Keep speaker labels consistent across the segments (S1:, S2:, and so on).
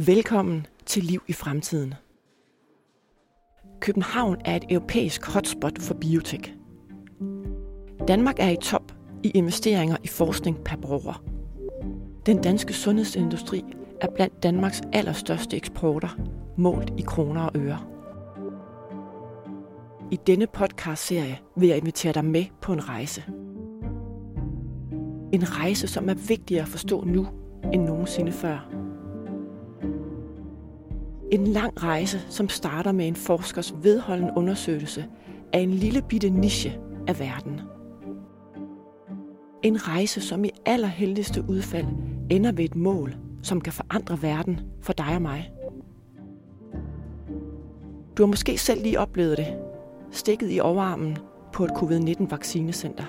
S1: Velkommen til Liv i fremtiden. København er et europæisk hotspot for biotek. Danmark er i top i investeringer i forskning per borger. Den danske sundhedsindustri er blandt Danmarks allerstørste eksporter, målt i kroner og øre. I denne podcastserie vil jeg invitere dig med på en rejse. En rejse, som er vigtigere at forstå nu end nogensinde før. En lang rejse, som starter med en forskers vedholdende undersøgelse af en lille bitte niche af verden. En rejse, som i allerheldigste udfald ender ved et mål, som kan forandre verden for dig og mig. Du har måske selv lige oplevet det, stikket i overarmen på et covid-19-vaccinecenter.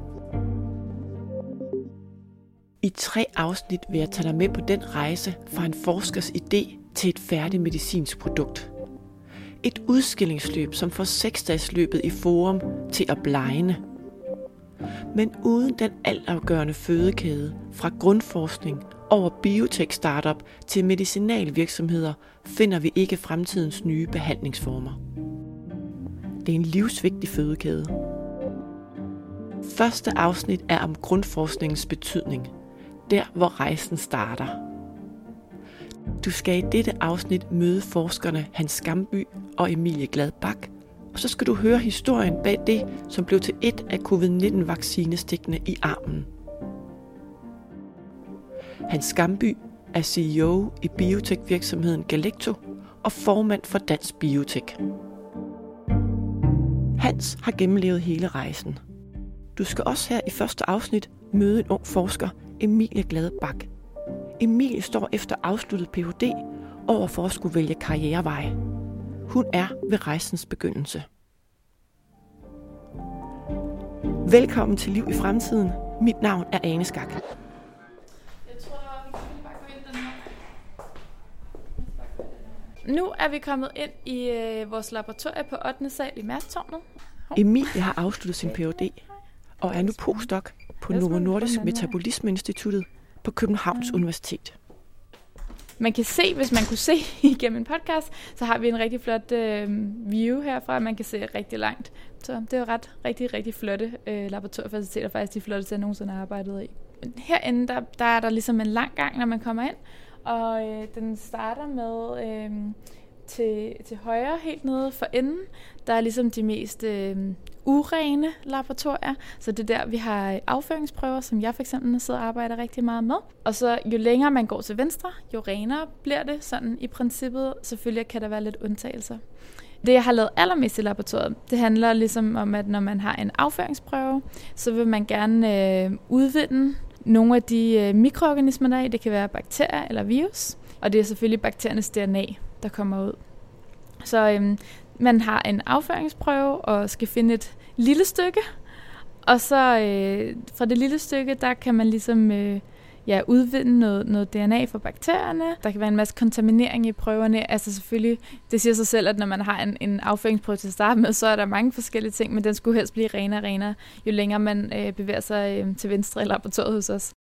S1: I 3 afsnit vil jeg tage dig med på den rejse fra en forskers idé til et færdigt medicinsk produkt. Et udskillingsløb, som får 6-dagsløbet i Forum til at blegne. Men uden den altafgørende fødekæde fra grundforskning over biotech-startup til medicinalvirksomheder finder vi ikke fremtidens nye behandlingsformer. Det er en livsvigtig fødekæde. Første afsnit er om grundforskningens betydning. Der, hvor rejsen starter. Du skal i dette afsnit møde forskerne Hans Skamby og Emilie Glad Bak, og så skal du høre historien bag det, som blev til et af covid-19-vaccinestikkene i armen. Hans Skamby er CEO i biotech-virksomheden Galecto og formand for Dansk Biotech. Hans har gennemlevet hele rejsen. Du skal også her i første afsnit møde en ung forsker, Emilie Glad Bak. Emilie står efter afsluttet Ph.D. over for at skulle vælge karriereveje. Hun er ved rejsens begyndelse. Velkommen til Liv i fremtiden. Mit navn er Ane Skak.
S2: Jeg tror, vi kan bare gå ind den her. Nu er vi kommet ind i vores laboratorie på 8. sal i Mærstårnet.
S1: Emilie har afsluttet sin Ph.D. og er nu postdoc på Novo Nordisk Metabolismeinstituttet på Københavns Universitet.
S2: Man kan se, hvis man kunne se igennem en podcast, så har vi en rigtig flot view herfra, man kan se rigtig langt. Så det er jo rigtig flotte laboratoriefaciliteter, faktisk de flotteste, jeg nogensinde har arbejdet i. Herinde, der er der ligesom en lang gang, når man kommer ind, og den starter med til højre, helt nede for enden, der er ligesom de mest urene laboratorier. Så det er der, vi har afføringsprøver, som jeg for eksempel sidder og arbejder rigtig meget med. Og så jo længere man går til venstre, jo renere bliver det sådan i princippet. Selvfølgelig kan der være lidt undtagelser. Det, jeg har lavet allermest i laboratoriet, det handler ligesom om, at når man har en afføringsprøve, så vil man gerne udvinde nogle af de mikroorganismer, der er i. Det kan være bakterier eller virus. Og det er selvfølgelig bakteriernes DNA, der kommer ud. Så man har en afføringsprøve og skal finde et lille stykke. Og så fra det lille stykke, der kan man ligesom udvinde noget DNA fra bakterierne. Der kan være en masse kontaminering i prøverne. Altså selvfølgelig, det siger sig selv, at når man har en afføringsprøve til at starte med, så er der mange forskellige ting, men den skulle helst blive renere og renere, jo længere man bevæger sig til venstre i laboratoriet hos os.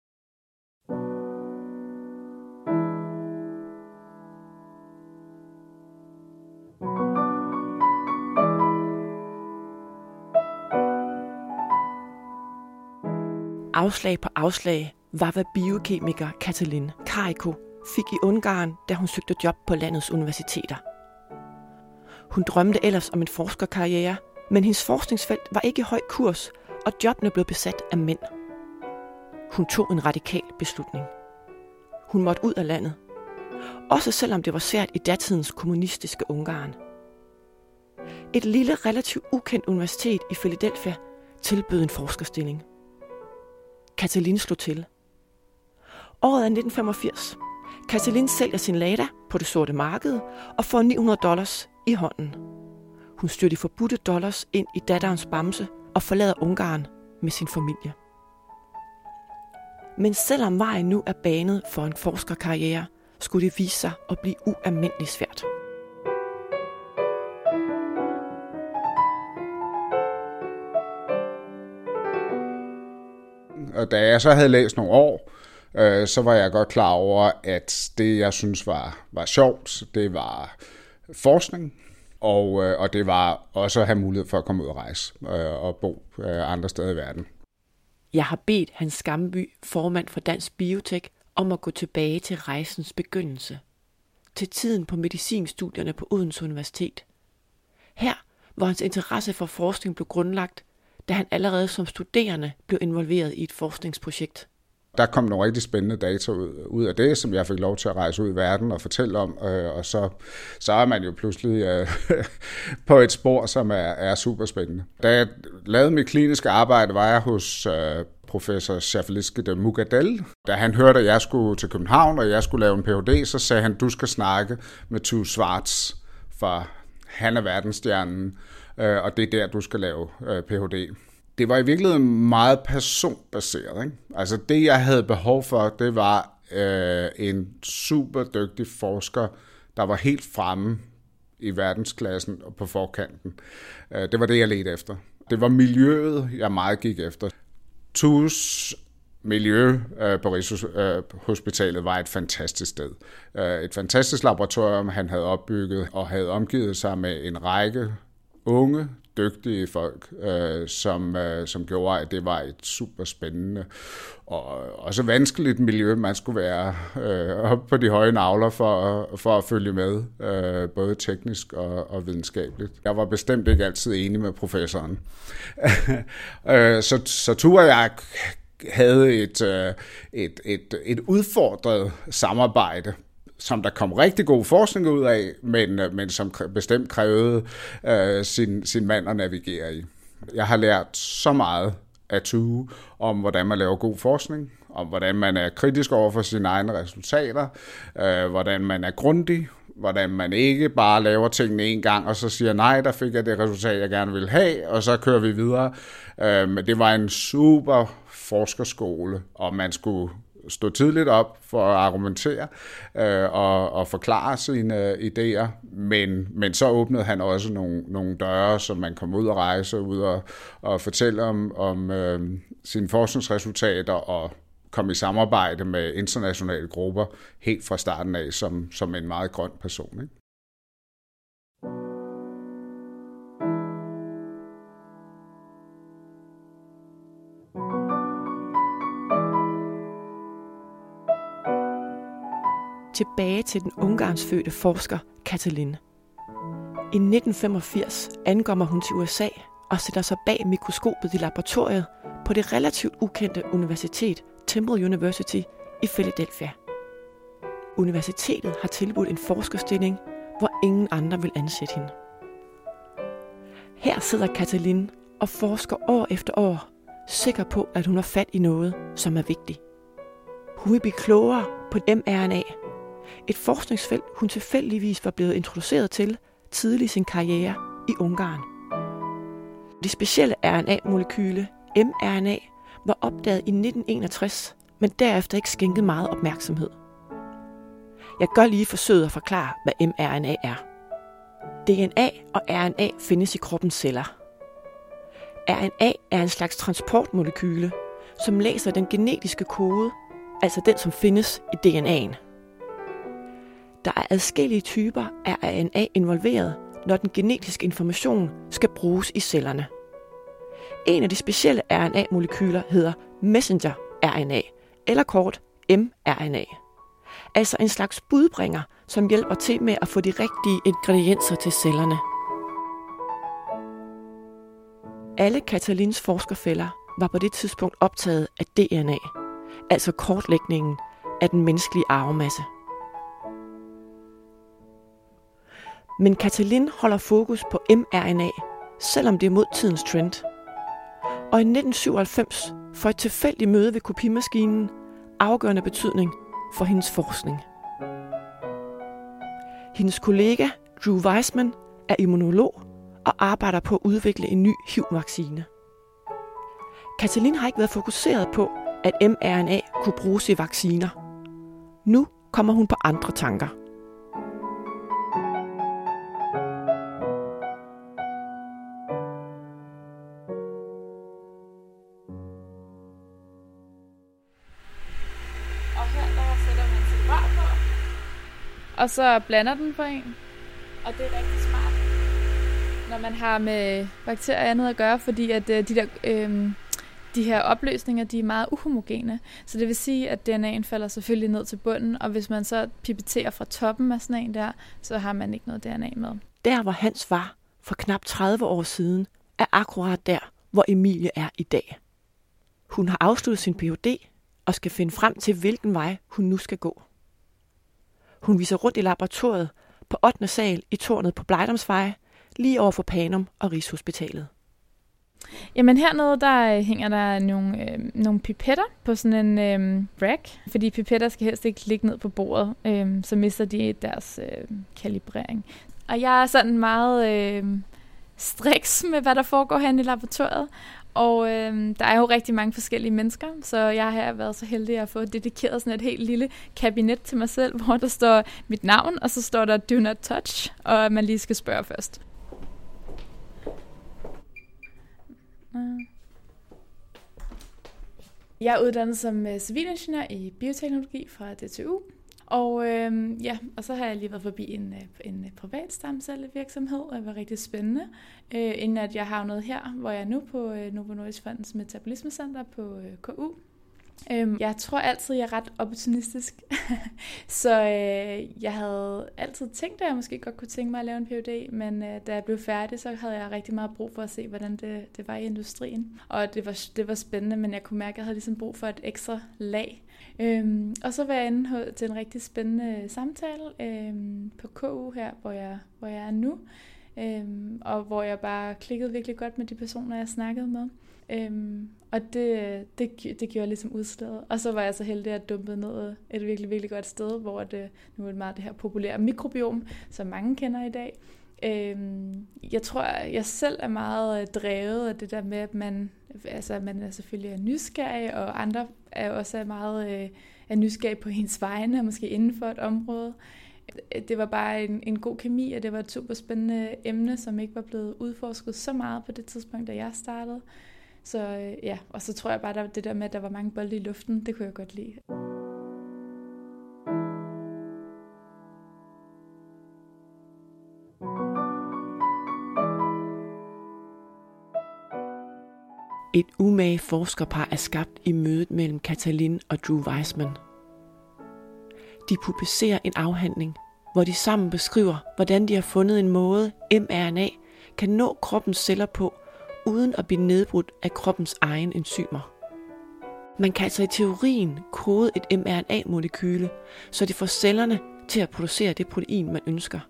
S1: Afslag på afslag var, hvad biokemiker Katalin Karikó fik i Ungarn, da hun søgte job på landets universiteter. Hun drømte ellers om en forskerkarriere, men hendes forskningsfelt var ikke i høj kurs, og jobbene blev besat af mænd. Hun tog en radikal beslutning. Hun måtte ud af landet, også selvom det var svært i datidens kommunistiske Ungarn. Et lille, relativt ukendt universitet i Philadelphia tilbød en forskerstilling. Katalin slog til. Året er 1985. Katalin sælger sin Lada på det sorte marked og får $900 i hånden. Hun styrer de forbudte dollars ind i datterens bamse og forlader Ungarn med sin familie. Men selvom vejen nu er banet for en forskerkarriere, skulle det vise sig at blive ualmindeligt svært.
S3: Og da jeg så havde læst nogle år, så var jeg godt klar over, at det, jeg synes var sjovt, det var forskning, og det var også at have mulighed for at komme ud og rejse og bo andre steder i verden.
S1: Jeg har bedt Hans Skamby, formand for Dansk Biotek, om at gå tilbage til rejsens begyndelse. Til tiden på medicinstudierne på Odense Universitet. Her, hvor hans interesse for forskning blev grundlagt, da han allerede som studerende blev involveret i et forskningsprojekt.
S3: Der kom nogle rigtig spændende data ud af det, som jeg fik lov til at rejse ud i verden og fortælle om, og så er man jo pludselig på et spor, som er super spændende. Da jeg lavede mit kliniske arbejde, var jeg hos professor Shafaliske de Mugadel. Da han hørte, at jeg skulle til København, og jeg skulle lave en Ph.D., så sagde han, du skal snakke med Tue Schwartz, for han er verdensstjernen, og det er der, du skal lave Ph.D. Det var i virkeligheden meget personbaseret, ikke? Altså det, jeg havde behov for, det var en super dygtig forsker, der var helt fremme i verdensklassen og på forkanten. Det var det, jeg ledte efter. Det var miljøet, jeg meget gik efter. Tues miljø på Rigshospitalet var et fantastisk sted. Et fantastisk laboratorium, han havde opbygget og havde omgivet sig med en række unge, dygtige folk, som gjorde, at det var et super spændende og også vanskeligt miljø, man skulle være oppe på de høje nagler for at følge med, både teknisk og videnskabeligt. Jeg var bestemt ikke altid enig med professoren. Så Tue og jeg havde et udfordret samarbejde, som der kom rigtig god forskning ud af, men som bestemt krævede sin mand at navigere i. Jeg har lært så meget af Tue om, hvordan man laver god forskning, om hvordan man er kritisk over for sine egne resultater, hvordan man er grundig, hvordan man ikke bare laver tingene en gang, og så siger, nej, der fik jeg det resultat, jeg gerne ville have, og så kører vi videre. Men det var en super forskerskole, og man skulle stå tidligt op for at argumentere og forklare sine idéer, men så åbnede han også nogle døre, så man kom ud og rejse, ud og fortælle om sine forskningsresultater og kom i samarbejde med internationale grupper helt fra starten af som en meget grøn person, ikke?
S1: Tilbage til den ungarnsfødte forsker Katalin. I 1985 ankommer hun til USA og sætter sig bag mikroskopet i laboratoriet på det relativt ukendte universitet Temple University i Philadelphia. Universitetet har tilbudt en forskerstilling, hvor ingen andre vil ansætte hende. Her sidder Katalin og forsker år efter år, sikker på, at hun har fat i noget, som er vigtigt. Hun vil blive klogere på mRNA, et forskningsfelt, hun tilfældigvis var blevet introduceret til tidlig i sin karriere i Ungarn. Det specielle RNA-molekyle, mRNA, var opdaget i 1961, men derefter ikke skænket meget opmærksomhed. Jeg gør lige forsøget at forklare, hvad mRNA er. DNA og RNA findes i kroppens celler. RNA er en slags transportmolekyle, som læser den genetiske kode, altså den, som findes i DNA'en. Der er adskillige typer af RNA involveret, når den genetiske information skal bruges i cellerne. En af de specielle RNA-molekyler hedder messenger-RNA, eller kort mRNA. Altså en slags budbringer, som hjælper til med at få de rigtige ingredienser til cellerne. Alle Katalins forskerfæller var på det tidspunkt optaget af DNA, altså kortlægningen af den menneskelige arvemasse. Men Katalin holder fokus på mRNA, selvom det er mod tidens trend. Og i 1997 får et tilfældigt møde ved kopimaskinen afgørende betydning for hendes forskning. Hendes kollega Drew Weissman er immunolog og arbejder på at udvikle en ny HIV-vaccine. Katalin har ikke været fokuseret på, at mRNA kunne bruges i vacciner. Nu kommer hun på andre tanker.
S2: og så blander den på en. Og det er rigtig smart, når man har med bakterier og andet at gøre, fordi at de her opløsninger, de er meget uhomogene. Så det vil sige, at DNA'en falder selvfølgelig ned til bunden, og hvis man så pipetterer fra toppen af sådan en der, så har man ikke noget DNA med.
S1: Der, hvor Hans var for knap 30 år siden, er akkurat der, hvor Emilie er i dag. Hun har afsluttet sin Ph.D. og skal finde frem til, hvilken vej hun nu skal gå. Hun viser rundt i laboratoriet på 8. sal i tårnet på Blejdomsvej, lige over for Panum og Rigshospitalet.
S2: Jamen hernede, der hænger der nogle pipetter på sådan en rack, fordi pipetter skal helst ikke ligge ned på bordet, så mister de deres kalibrering. Og jeg er sådan meget striks med, hvad der foregår herinde i laboratoriet, og der er jo rigtig mange forskellige mennesker, så jeg har været så heldig at få dedikeret sådan et helt lille kabinet til mig selv, hvor der står mit navn, og så står der do not touch, og man lige skal spørge først. Jeg er uddannet som civilingeniør i bioteknologi fra DTU, og og så har jeg lige været forbi en privat stamcellevirksomhed, og det var rigtig spændende, inden at jeg havnede her, hvor jeg er nu på Novo Nordisk Fondens Metabolismecenter på KU. Jeg tror altid, jeg er ret opportunistisk, så jeg havde altid tænkt, at jeg måske godt kunne tænke mig at lave en Ph.D., men da jeg blev færdig, så havde jeg rigtig meget brug for at se, hvordan det var i industrien. Og det var spændende, men jeg kunne mærke, at jeg havde ligesom brug for et ekstra lag. Og så var jeg inde til en rigtig spændende samtale på KU her, hvor jeg er nu, og hvor jeg bare klikkede virkelig godt med de personer, jeg snakkede med. Og det gjorde ligesom udslaget. Og så var jeg så heldig at dumpe ned et virkelig, virkelig godt sted, hvor det nu er meget det her populære mikrobiom, som mange kender i dag. Jeg tror, jeg selv er meget drevet af det der med, at man er selvfølgelig nysgerrig, og andre er også meget nysgerrig på ens vegne, og måske inden for et område. Det var bare en god kemi, og det var et super spændende emne, som ikke var blevet udforsket så meget på det tidspunkt, da jeg startede. Så og så tror jeg bare, at det der med, at der var mange bolde i luften, det kunne jeg godt lide.
S1: Et umage forskerpar er skabt i mødet mellem Katalin og Drew Weissman. De publicerer en afhandling, hvor de sammen beskriver, hvordan de har fundet en måde, mRNA kan nå kroppens celler på, uden at blive nedbrudt af kroppens egen enzymer. Man kan altså i teorien kode et mRNA-molekyle, så det får cellerne til at producere det protein, man ønsker.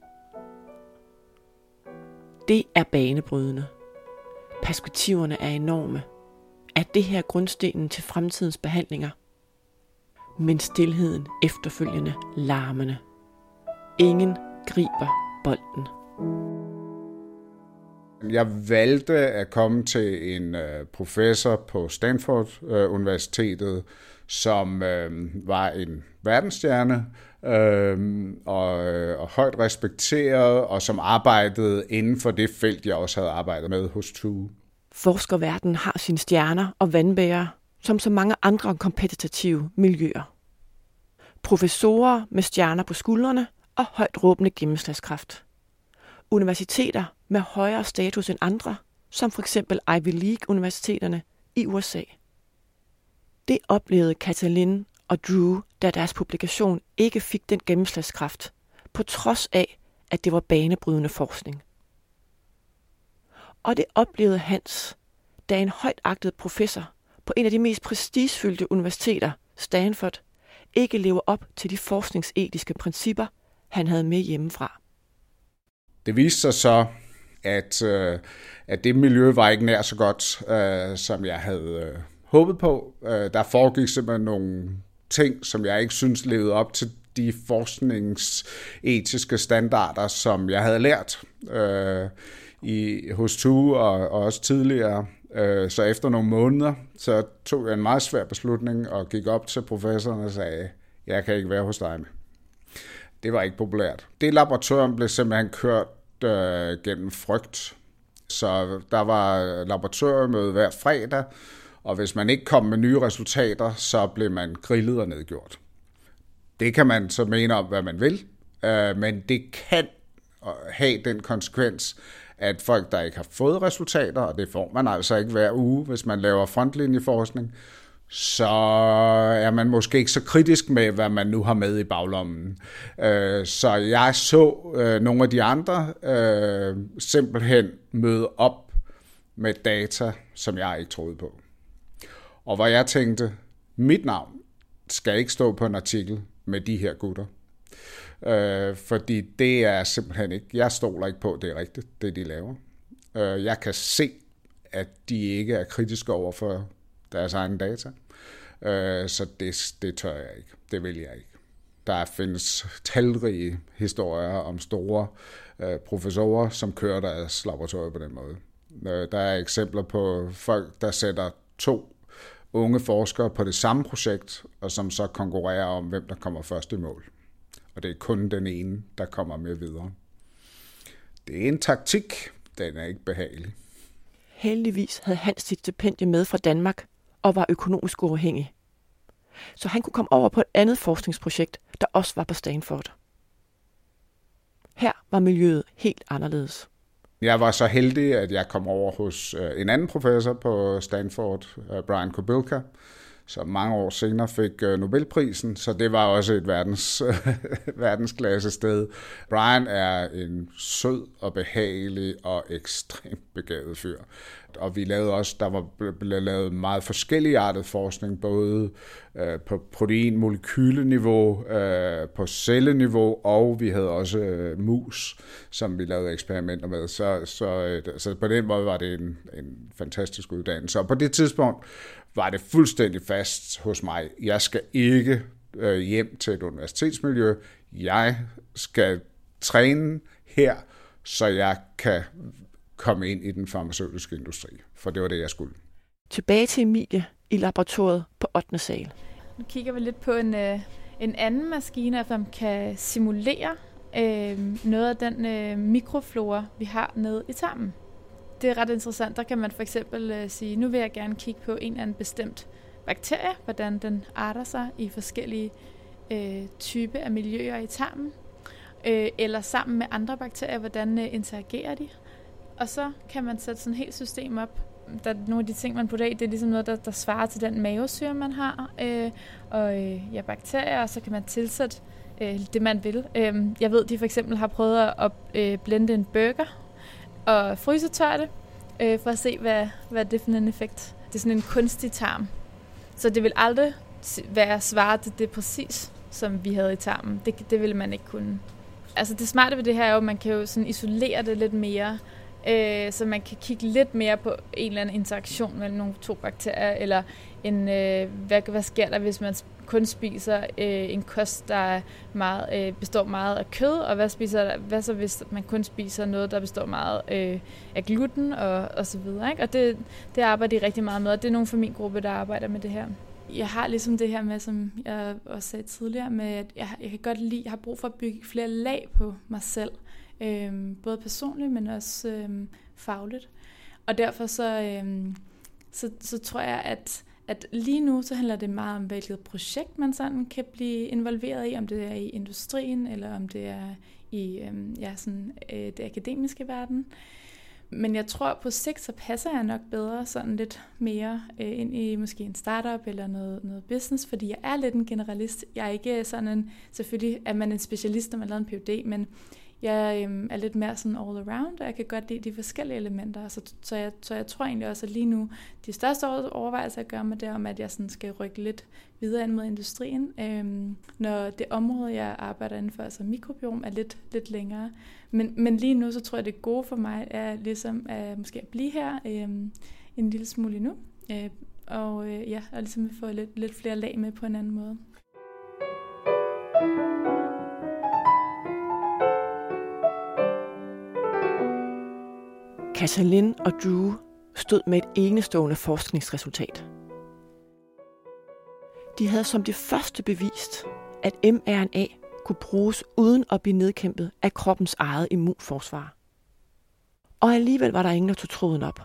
S1: Det er banebrydende. Perspektiverne er enorme. Er det her grundstenen til fremtidens behandlinger? Men stilheden efterfølgende larmende. Ingen griber bolden.
S3: Jeg valgte at komme til en professor på Stanford Universitetet, som var en verdensstjerne og højt respekteret, og som arbejdede inden for det felt, jeg også havde arbejdet med hos TRUE.
S1: Forskerverdenen har sine stjerner og vandbærere, som så mange andre kompetitive miljøer. Professorer med stjerner på skuldrene og højt råbende gennemslagskraft. Universiteter med højere status end andre, som for eksempel Ivy League-universiteterne i USA. Det oplevede Katalin og Drew, da deres publikation ikke fik den gennemslagskraft, på trods af, at det var banebrydende forskning. Og det oplevede Hans, da en højt agtet professor på en af de mest prestigefyldte universiteter, Stanford, ikke lever op til de forskningsetiske principper, han havde med hjemmefra.
S3: Det viste sig så, at det miljø var ikke nær så godt, som jeg havde håbet på. Der foregik simpelthen nogle ting, som jeg ikke synes levede op til de forskningsetiske standarder, som jeg havde lært hos TUE og også tidligere. Så efter nogle måneder, så tog jeg en meget svær beslutning og gik op til professoren og sagde, jeg kan ikke være hos dig med. Det var ikke populært. Det laboratorium blev simpelthen kørt gennem frygt. Så der var laboratoriemøde hver fredag, og hvis man ikke kom med nye resultater, så blev man grillet og nedgjort. Det kan man så mene om, hvad man vil, men det kan have den konsekvens, at folk, der ikke har fået resultater, og det får man altså ikke hver uge, hvis man laver frontlinjeforskning, så er man måske ikke så kritisk med, hvad man nu har med i baglommen. Så jeg så nogle af de andre simpelthen møde op med data, som jeg ikke troede på. Og hvor jeg tænkte, mit navn skal ikke stå på en artikel med de her gutter. Fordi det er simpelthen ikke, jeg stoler ikke på, det er rigtigt, det de laver. Jeg kan se, at de ikke er kritiske over for deres egen data. Så det tør jeg ikke. Det vil jeg ikke. Der findes talrige historier om store professorer, som kører deres laboratorier på den måde. Der er eksempler på folk, der sætter 2 unge forskere på det samme projekt, og som så konkurrerer om, hvem der kommer først i mål. Og det er kun den ene, der kommer med videre. Det er en taktik, den er ikke behagelig.
S1: Heldigvis havde Hans sit stipendie med fra Danmark og var økonomisk uafhængig. Så han kunne komme over på et andet forskningsprojekt, der også var på Stanford. Her var miljøet helt anderledes.
S3: Jeg var så heldig, at jeg kom over hos en anden professor på Stanford, Brian Kobilka, som mange år senere fik Nobelprisen, så det var også et verdensklasse sted. Brian er en sød og behagelig og ekstremt begavet fyr. Og vi lavede også, blev lavet meget forskelligartet forskning, både på proteinmolekyleniveau, på celleniveau, og vi havde også mus, som vi lavede eksperimenter med. Så på den måde var det en fantastisk uddannelse. Og på det tidspunkt var det fuldstændig fast hos mig. Jeg skal ikke hjem til et universitetsmiljø. Jeg skal træne her, så jeg kan komme ind i den farmaceutiske industri. For det var det, jeg skulle.
S1: Tilbage til Emilie i laboratoriet på 8. sal.
S2: Nu kigger vi lidt på en anden maskine, som kan simulere noget af den mikroflora, vi har nede i tarmen. Det er ret interessant. Der kan man for eksempel sige, nu vil jeg gerne kigge på en eller anden bestemt bakterie, hvordan den arter sig i forskellige typer af miljøer i tarmen, eller sammen med andre bakterier, hvordan interagerer de. Og så kan man sætte sådan et helt system op. Der er nogle af de ting, man putter i, det er ligesom noget, der svarer til den mavesyre, man har, og bakterier, og så kan man tilsætte det, man vil. Jeg ved, de for eksempel har prøvet at blende en burger og frysetørre det, for at se, hvad det er for en effekt. Det er sådan en kunstig tarm. Så det vil aldrig være svaret til det præcis, som vi havde i tarmen. Det ville man ikke kunne. Altså det smarte ved det her er jo, at man kan jo sådan isolere det lidt mere, så man kan kigge lidt mere på en eller anden interaktion mellem nogle 2 bakterier, eller hvad sker der, hvis man kun spiser en kost, der består meget af kød, og hvad så hvis man kun spiser noget, der består meget af gluten og så videre, ikke? Og det arbejder de rigtig meget med, og det er nogle fra min gruppe, der arbejder med det her. Jeg har ligesom det her med, som jeg også sagde tidligere, med at jeg kan godt lide, jeg har brug for at bygge flere lag på mig selv. Både personligt, men også fagligt. Og derfor så tror jeg, at lige nu så handler det meget om, hvilket projekt man sådan kan blive involveret i, om det er i industrien, eller om det er i det akademiske verden. Men jeg tror, på sigt, så passer jeg nok bedre sådan lidt mere ind i måske en startup eller noget business, fordi jeg er lidt en generalist. Jeg er ikke sådan selvfølgelig er man en specialist, når man laver en PhD, men jeg er lidt mere sådan all around, og jeg kan godt lide de forskellige elementer. Så jeg tror egentlig også, at lige nu, de største overvejelser, jeg gør mig, det er om, at jeg sådan skal rykke lidt videre ind mod industrien, når det område, jeg arbejder inden for, altså mikrobiom, er lidt længere. Men lige nu, så tror jeg, det gode for mig er ligesom måske at blive her en lille smule endnu, og ligesom få lidt flere lag med på en anden måde.
S1: Katalin og Drew stod med et enestående forskningsresultat. De havde som det første bevist, at mRNA kunne bruges uden at blive nedkæmpet af kroppens eget immunforsvar. Og alligevel var der ingen, der tog tråden op.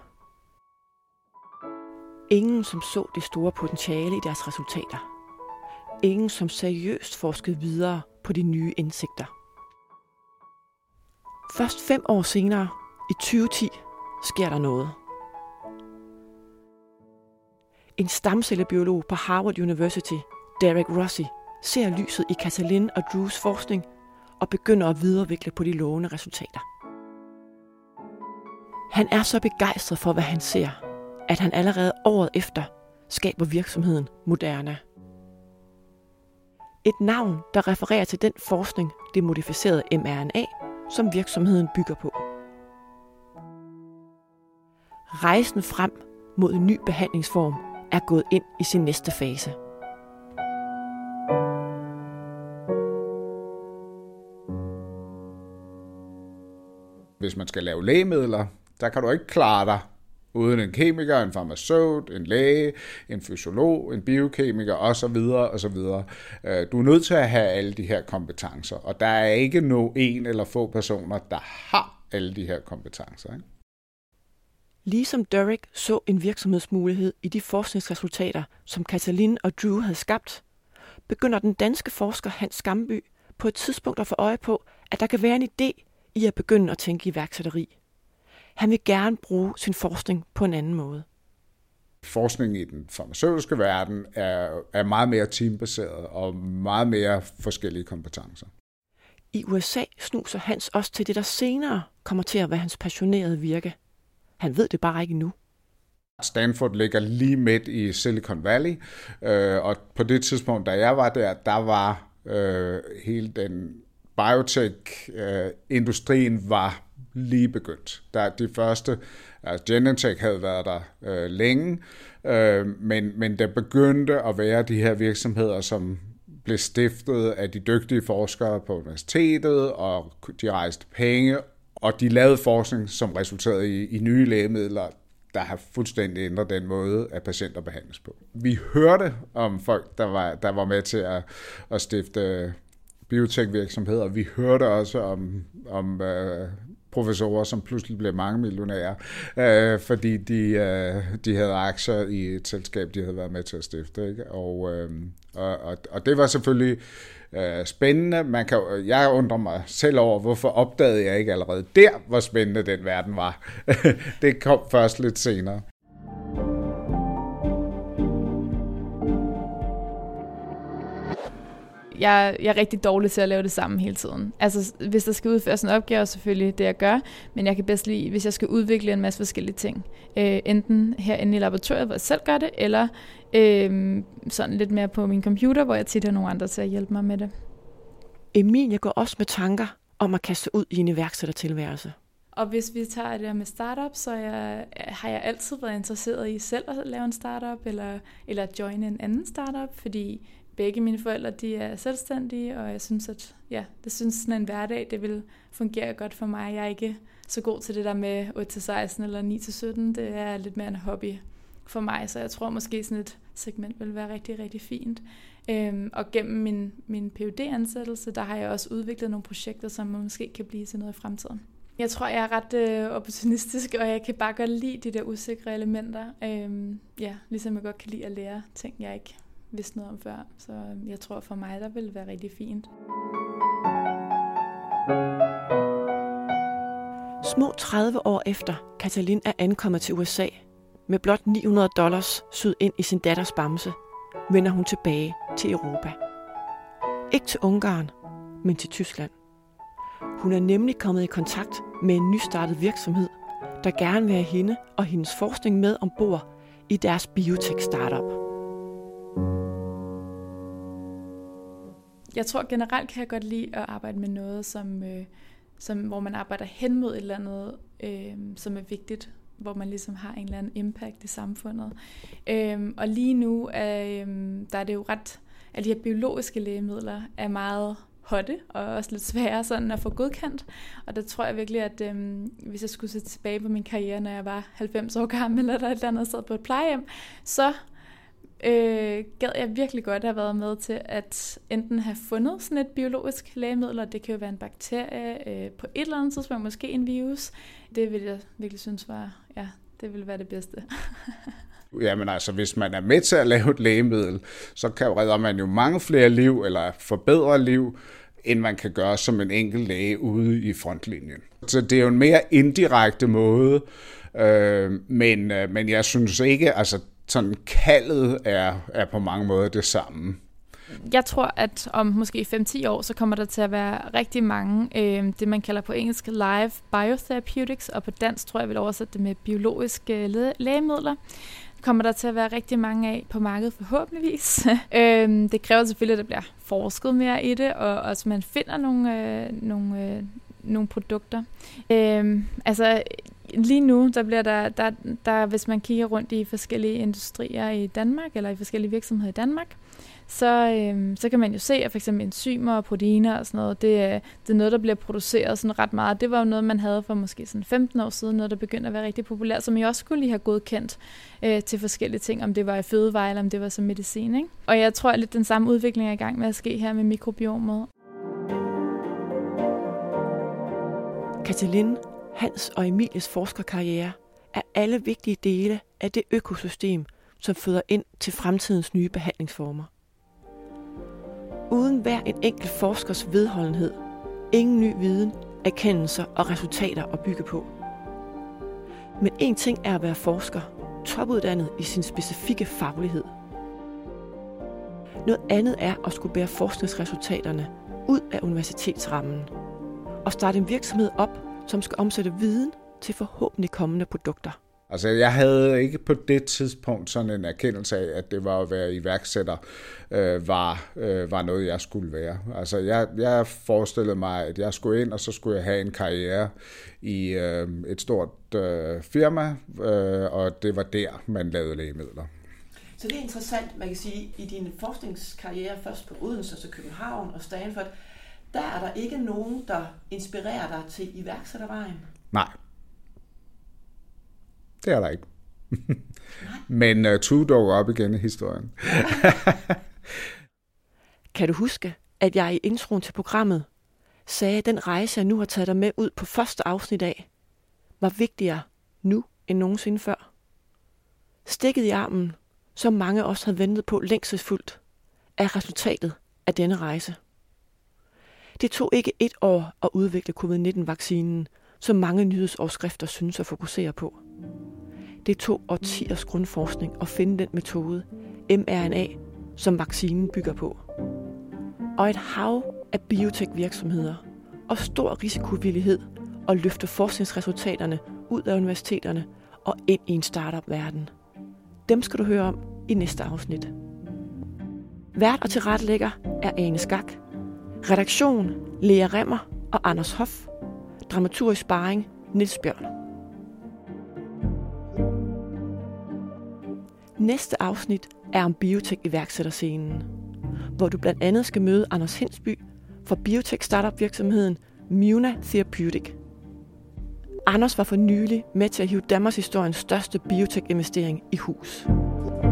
S1: Ingen, som så det store potentiale i deres resultater. Ingen, som seriøst forskede videre på de nye indsigter. Først 5 år senere, i 2010, sker der noget. En stamcellebiolog på Harvard University, Derek Rossi, ser lyset i Katalin og Drews forskning og begynder at videreudvikle på de lovende resultater. Han er så begejstret for, hvad han ser, at han allerede året efter skaber virksomheden Moderna. Et navn, der refererer til den forskning, det modificerede mRNA, som virksomheden bygger på. Rejsen frem mod en ny behandlingsform er gået ind i sin næste fase.
S3: Hvis man skal lave lægemidler, der kan du ikke klare dig uden en kemiker, en farmaceut, en læge, en fysiolog, en biokemiker osv. osv. Du er nødt til at have alle de her kompetencer, og der er ikke en eller få personer, der har alle de her kompetencer. Ikke?
S1: Ligesom Derek så en virksomhedsmulighed i de forskningsresultater, som Katalin og Drew havde skabt, begynder den danske forsker Hans Skamby på et tidspunkt at få øje på, at der kan være en idé i at begynde at tænke iværksætteri. Han vil gerne bruge sin forskning på en anden måde.
S3: Forskningen i den farmaceutiske verden er meget mere teambaseret og meget mere forskellige kompetencer.
S1: I USA snuser Hans også til det, der senere kommer til at være hans passionerede virke. Han ved det bare ikke endnu.
S3: Stanford ligger lige midt i Silicon Valley, og på det tidspunkt, da jeg var der var hele den biotech-industrien var lige begyndt. De første, Genentech havde været der længe, men der begyndte at være de her virksomheder, som blev stiftet af de dygtige forskere på universitetet, og de rejste penge, og de lavede forskning, som resulterede i nye lægemidler, der har fuldstændig ændret den måde, at patienter behandles på. Vi hørte om folk, der var med til at stifte biotech-virksomheder. Vi hørte også om professorer, som pludselig blev mange millionærer, fordi de havde aktier i et selskab, de havde været med til at stifte. Ikke? Og det var selvfølgelig spændende. Jeg undrer mig selv over, hvorfor opdagede jeg ikke allerede der, hvor spændende den verden var. Det kom først lidt senere.
S2: Jeg er rigtig dårlig til at lave det samme hele tiden. Altså, hvis der skal udføres en opgave, selvfølgelig det, jeg gør, men jeg kan bedst lide, hvis jeg skal udvikle en masse forskellige ting. Enten herinde i laboratoriet, hvor jeg selv gør det, eller sådan lidt mere på min computer, hvor jeg tit har nogle andre til at hjælpe mig med det.
S1: Emilie går også med tanker om at kaste ud i en iværksættertilværelse.
S2: Og hvis vi tager det der med startup, så har jeg altid været interesseret i selv at lave en startup, eller joine en anden startup, fordi begge mine forældre, de er selvstændige, og jeg synes, at det synes sådan en hverdag, det vil fungere godt for mig. Jeg er ikke så god til det der med 8-16 eller 9-17. Det er lidt mere en hobby for mig, så jeg tror måske sådan et segment vil være rigtig, rigtig fint. Og gennem min PhD-ansættelse, der har jeg også udviklet nogle projekter, som måske kan blive til noget i fremtiden. Jeg tror, jeg er ret opportunistisk, og jeg kan bare godt lide de der usikre elementer. Ligesom jeg godt kan lide at lære ting, jeg ikke vidste noget om før. Så jeg tror for mig, der vil være rigtig fint.
S1: Små 30 år efter Katalin er ankommet til USA, med blot $900 syet ind i sin datters bamse, vender hun tilbage til Europa. Ikke til Ungarn, men til Tyskland. Hun er nemlig kommet i kontakt med en nystartet virksomhed, der gerne vil have hende og hendes forskning med ombord i deres biotech-startup.
S2: Jeg tror generelt kan jeg godt lide at arbejde med noget, hvor man arbejder hen mod et eller andet, som er vigtigt, hvor man ligesom har en eller anden impact i samfundet. Og lige nu der er det jo ret, at de her biologiske lægemidler er meget hotte, og også lidt svære sådan at få godkendt. Og der tror jeg virkelig, at hvis jeg skulle se tilbage på min karriere, når jeg var 90 år gammel, eller der et eller andet sad på et plejehjem, så gad jeg virkelig godt have været med til at enten have fundet sådan et biologisk lægemiddel, og det kan jo være en bakterie på et eller andet tidspunkt, måske en virus. Det vil jeg virkelig synes var, det ville være det bedste.
S3: Jamen altså, hvis man er med til at lave et lægemiddel, så redder man jo mange flere liv, eller forbedre liv, end man kan gøre som en enkelt læge ude i frontlinjen. Så det er jo en mere indirekte måde, men jeg synes ikke, altså sådan kaldet er på mange måder det samme.
S2: Jeg tror, at om måske 5-10 år, så kommer der til at være rigtig mange, det man kalder på engelsk live biotherapeutics, og på dansk tror jeg, vil oversætte det med biologiske lægemidler. Kommer der til at være rigtig mange af på markedet forhåbentligvis. Det kræver selvfølgelig, at der bliver forsket mere i det, og også man finder nogle produkter. Altså lige nu, der bliver der, hvis man kigger rundt i forskellige industrier i Danmark, eller i forskellige virksomheder i Danmark, så kan man jo se, at for eksempel enzymer og proteiner og sådan noget, det er noget, der bliver produceret sådan ret meget. Det var jo noget, man havde for måske sådan 15 år siden, noget, der begyndte at være rigtig populært, som jeg også skulle lige have godkendt til forskellige ting, om det var i fødevarer, eller om det var som medicin, ikke? Og jeg tror, at lidt den samme udvikling er i gang med at ske her med mikrobiomet.
S1: Katalin, Hans og Emilies forskerkarriere er alle vigtige dele af det økosystem, som føder ind til fremtidens nye behandlingsformer. Uden hver en enkelt forskers vedholdenhed, ingen ny viden, erkendelser og resultater at bygge på. Men en ting er at være forsker, topuddannet i sin specifikke faglighed. Noget andet er at skulle bære forskningsresultaterne ud af universitetsrammen og starte en virksomhed op, som skal omsætte viden til forhåbentlig kommende produkter.
S3: Altså, jeg havde ikke på det tidspunkt sådan en erkendelse af, at det var at være iværksætter, var noget, jeg skulle være. Altså, jeg forestillede mig, at jeg skulle ind, og så skulle jeg have en karriere i et stort firma, og det var der, man lavede lægemidler.
S1: Så det er interessant, man kan sige, i din forskningskarriere først på Odense, så København og Stanford, der er der ikke nogen, der inspirerer dig til iværksættervejen?
S3: Nej. Det er der ikke. Men Tue dukker op igen i historien.
S1: Kan du huske, at jeg i introen til programmet sagde, at den rejse, jeg nu har taget dig med ud på første afsnit af, var vigtigere nu end nogensinde før? Stikket i armen, som mange også havde ventet på længselsfuldt, er resultatet af denne rejse. Det tog ikke 1 år at udvikle covid-19-vaccinen, som mange nyhedsoverskrifter synes at fokusere på. Det tog årtiers grundforskning at finde den metode, mRNA, som vaccinen bygger på. Og et hav af biotech-virksomheder og stor risikovillighed at løfte forskningsresultaterne ud af universiteterne og ind i en startup-verden. Dem skal du høre om i næste afsnit. Vært og tilrettelægger er Ane Skak. Redaktion Lea Remmer og Anders Hoff. Dramaturgisk sparring Niels Bjørn. Næste afsnit er om biotech-iværksætterscenen, hvor du blandt andet skal møde Anders Hindsby fra biotech-startup-virksomheden Muna Therapeutic. Anders var for nylig med til at hive Danmarks historiens største biotech-investering i hus.